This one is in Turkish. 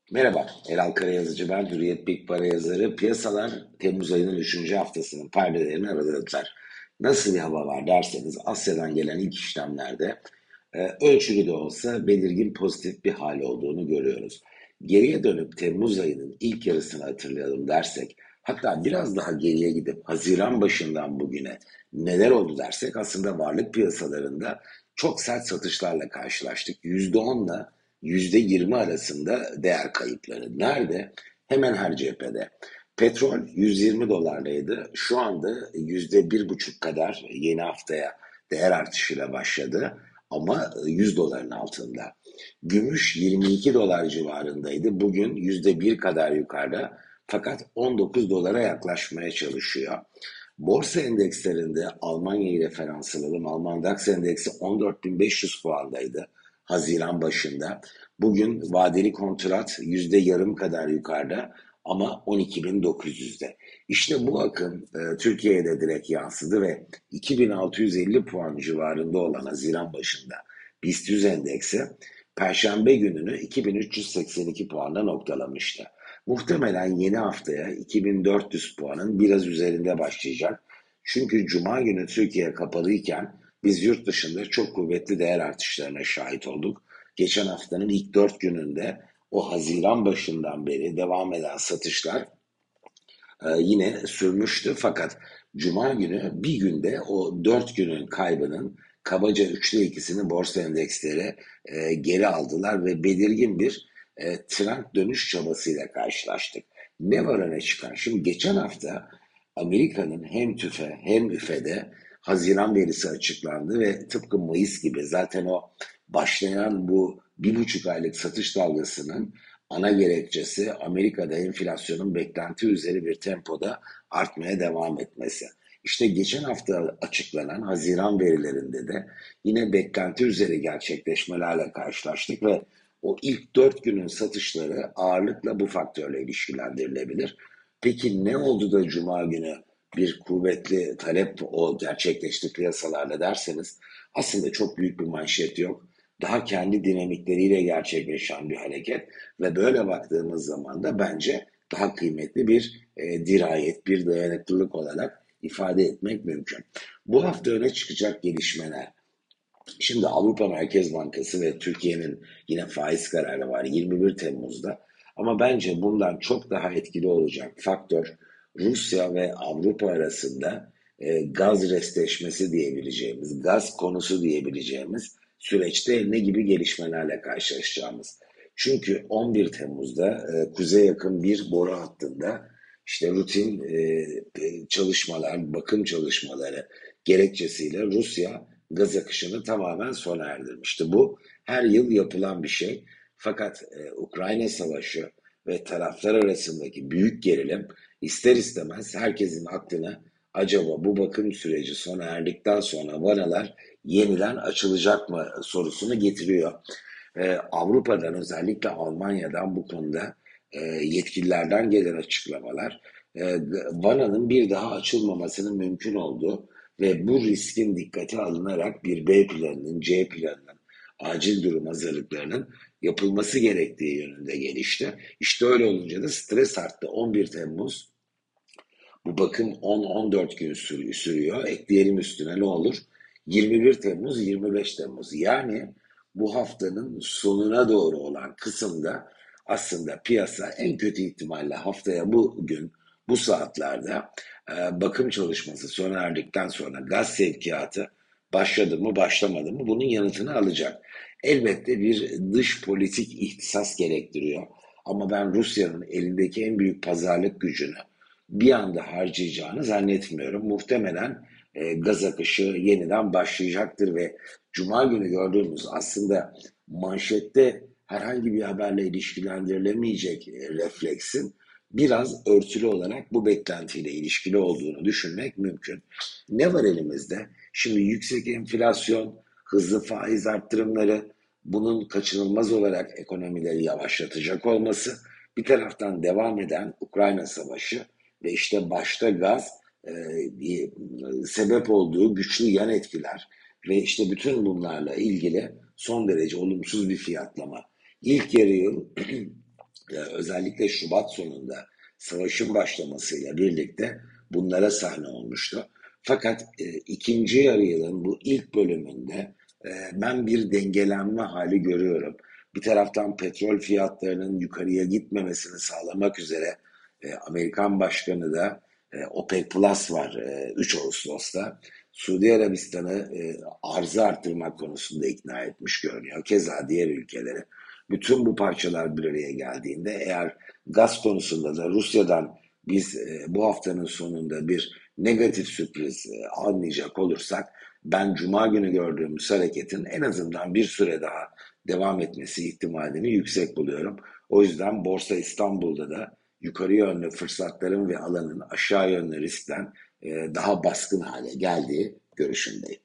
Merhaba, Elal Karayazıcı ben, Hürriyet Big Para yazarı. Piyasalar Temmuz ayının 3. haftasının perdelerini araladılar. Nasıl bir hava var derseniz Asya'dan gelen ilk işlemlerde ölçülü de olsa belirgin pozitif bir hal olduğunu görüyoruz. Geriye dönüp Temmuz ayının ilk yarısını hatırlayalım dersek, hatta biraz daha geriye gidip Haziran başından bugüne neler oldu dersek aslında varlık piyasalarında çok sert satışlarla karşılaştık. %10'la %20 arasında değer kayıpları. Nerede? Hemen her cephede. Petrol 120 dolardaydı. Şu anda %1,5 kadar yeni haftaya değer artışıyla başladı ama 100 doların altında. Gümüş 22 dolar civarındaydı. Bugün %1 kadar yukarıda fakat 19 dolara yaklaşmaya çalışıyor. Borsa endekslerinde Almanya'yı referans alalım. Alman DAX endeksi 14.500 puandaydı Haziran başında. Bugün vadeli kontrat %0,5 kadar yukarıda ama 12.900'de. İşte bu akım Türkiye'ye de direkt yansıdı ve 2650 puan civarında olan Haziran başında BIST 100 endeksi Perşembe gününü 2382 puanla noktalamıştı. Muhtemelen yeni haftaya 2400 puanın biraz üzerinde başlayacak. Çünkü Cuma günü Türkiye kapalıyken biz yurt dışında çok kuvvetli değer artışlarına şahit olduk. Geçen haftanın ilk 4 gününde o Haziran başından beri devam eden satışlar yine sürmüştü. Fakat Cuma günü bir günde o 4 günün kaybının kabaca 3'te 2'sini borsa endeksleri geri aldılar ve belirgin bir trend dönüş çabasıyla karşılaştık. Ne var öne çıkan? Şimdi geçen hafta Amerika'nın hem TÜFE hem üfede Haziran verisi açıklandı ve tıpkı Mayıs gibi zaten o başlayan bu 1,5 aylık satış dalgasının ana gerekçesi Amerika'da enflasyonun beklenti üzeri bir tempoda artmaya devam etmesi. İşte geçen hafta açıklanan Haziran verilerinde de yine beklenti üzeri gerçekleşmelerle karşılaştık ve o ilk 4 günün satışları ağırlıkla bu faktörle ilişkilendirilebilir. Peki ne oldu da Cuma günü bir kuvvetli talep o gerçekleşti piyasalarda derseniz aslında çok büyük bir manşet yok. Daha kendi dinamikleriyle gerçekleşen bir hareket ve böyle baktığımız zaman da bence daha kıymetli bir dirayet, bir dayanıklılık olarak ifade etmek mümkün. Bu hafta öne çıkacak gelişmeler. Şimdi Avrupa Merkez Bankası ve Türkiye'nin yine faiz kararı var 21 Temmuz'da. Ama bence bundan çok daha etkili olacak faktör Rusya ve Avrupa arasında gaz restleşmesi diyebileceğimiz, gaz konusu diyebileceğimiz süreçte ne gibi gelişmelerle karşılaşacağımız. Çünkü 11 Temmuz'da kuzeye yakın bir boru hattında işte rutin çalışmalar, bakım çalışmaları gerekçesiyle Rusya gaz akışını tamamen sona erdirmişti. Bu her yıl yapılan bir şey. Fakat Ukrayna Savaşı ve taraflar arasındaki büyük gerilim ister istemez herkesin aklına acaba bu bakım süreci sona erdikten sonra vanalar yeniden açılacak mı sorusunu getiriyor. Avrupa'dan özellikle Almanya'dan bu konuda yetkililerden gelen açıklamalar vananın bir daha açılmamasının mümkün olduğu ve bu riskin dikkate alınarak bir B planının, C planının, acil durum hazırlıklarının yapılması gerektiği yönünde gelişti. İşte öyle olunca da stres arttı. 11 Temmuz bu bakım 10-14 gün sürüyor. Ekleyelim üstüne ne olur? 21 Temmuz, 25 Temmuz. Yani bu haftanın sonuna doğru olan kısımda aslında piyasa en kötü ihtimalle haftaya bugün bu saatlerde bakım çalışması sona erdikten sonra gaz sevkiyatı başladı mı başlamadı mı bunun yanıtını alacak. Elbette bir dış politik ihtisas gerektiriyor. Ama ben Rusya'nın elindeki en büyük pazarlık gücünü bir anda harcayacağını zannetmiyorum. Muhtemelen gaz akışı yeniden başlayacaktır ve Cuma günü gördüğümüz aslında manşette herhangi bir haberle ilişkilendirilemeyecek refleksin biraz örtülü olarak bu beklentiyle ilişkili olduğunu düşünmek mümkün. Ne var elimizde? Şimdi yüksek enflasyon, hızlı faiz arttırımları, bunun kaçınılmaz olarak ekonomileri yavaşlatacak olması, bir taraftan devam eden Ukrayna Savaşı ve işte başta gaz sebep olduğu güçlü yan etkiler ve işte bütün bunlarla ilgili son derece olumsuz bir fiyatlama. İlk yarı yıl özellikle Şubat sonunda savaşın başlamasıyla birlikte bunlara sahne olmuştu. Fakat ikinci yarı yılın bu ilk bölümünde ben bir dengelenme hali görüyorum. Bir taraftan petrol fiyatlarının yukarıya gitmemesini sağlamak üzere Amerikan Başkanı da OPEC Plus var 3 Ağustos'ta. Suudi Arabistan'ı arzı arttırmak konusunda ikna etmiş görünüyor. Keza diğer ülkeleri. Bütün bu parçalar bir araya geldiğinde eğer gaz konusunda da Rusya'dan biz bu haftanın sonunda bir negatif sürpriz almayacak olursak ben Cuma günü gördüğümüz hareketin en azından bir süre daha devam etmesi ihtimalini yüksek buluyorum. O yüzden Borsa İstanbul'da da yukarı yönlü fırsatların ve alanın aşağı yönlü riskten daha baskın hale geldiği görüşündeyim.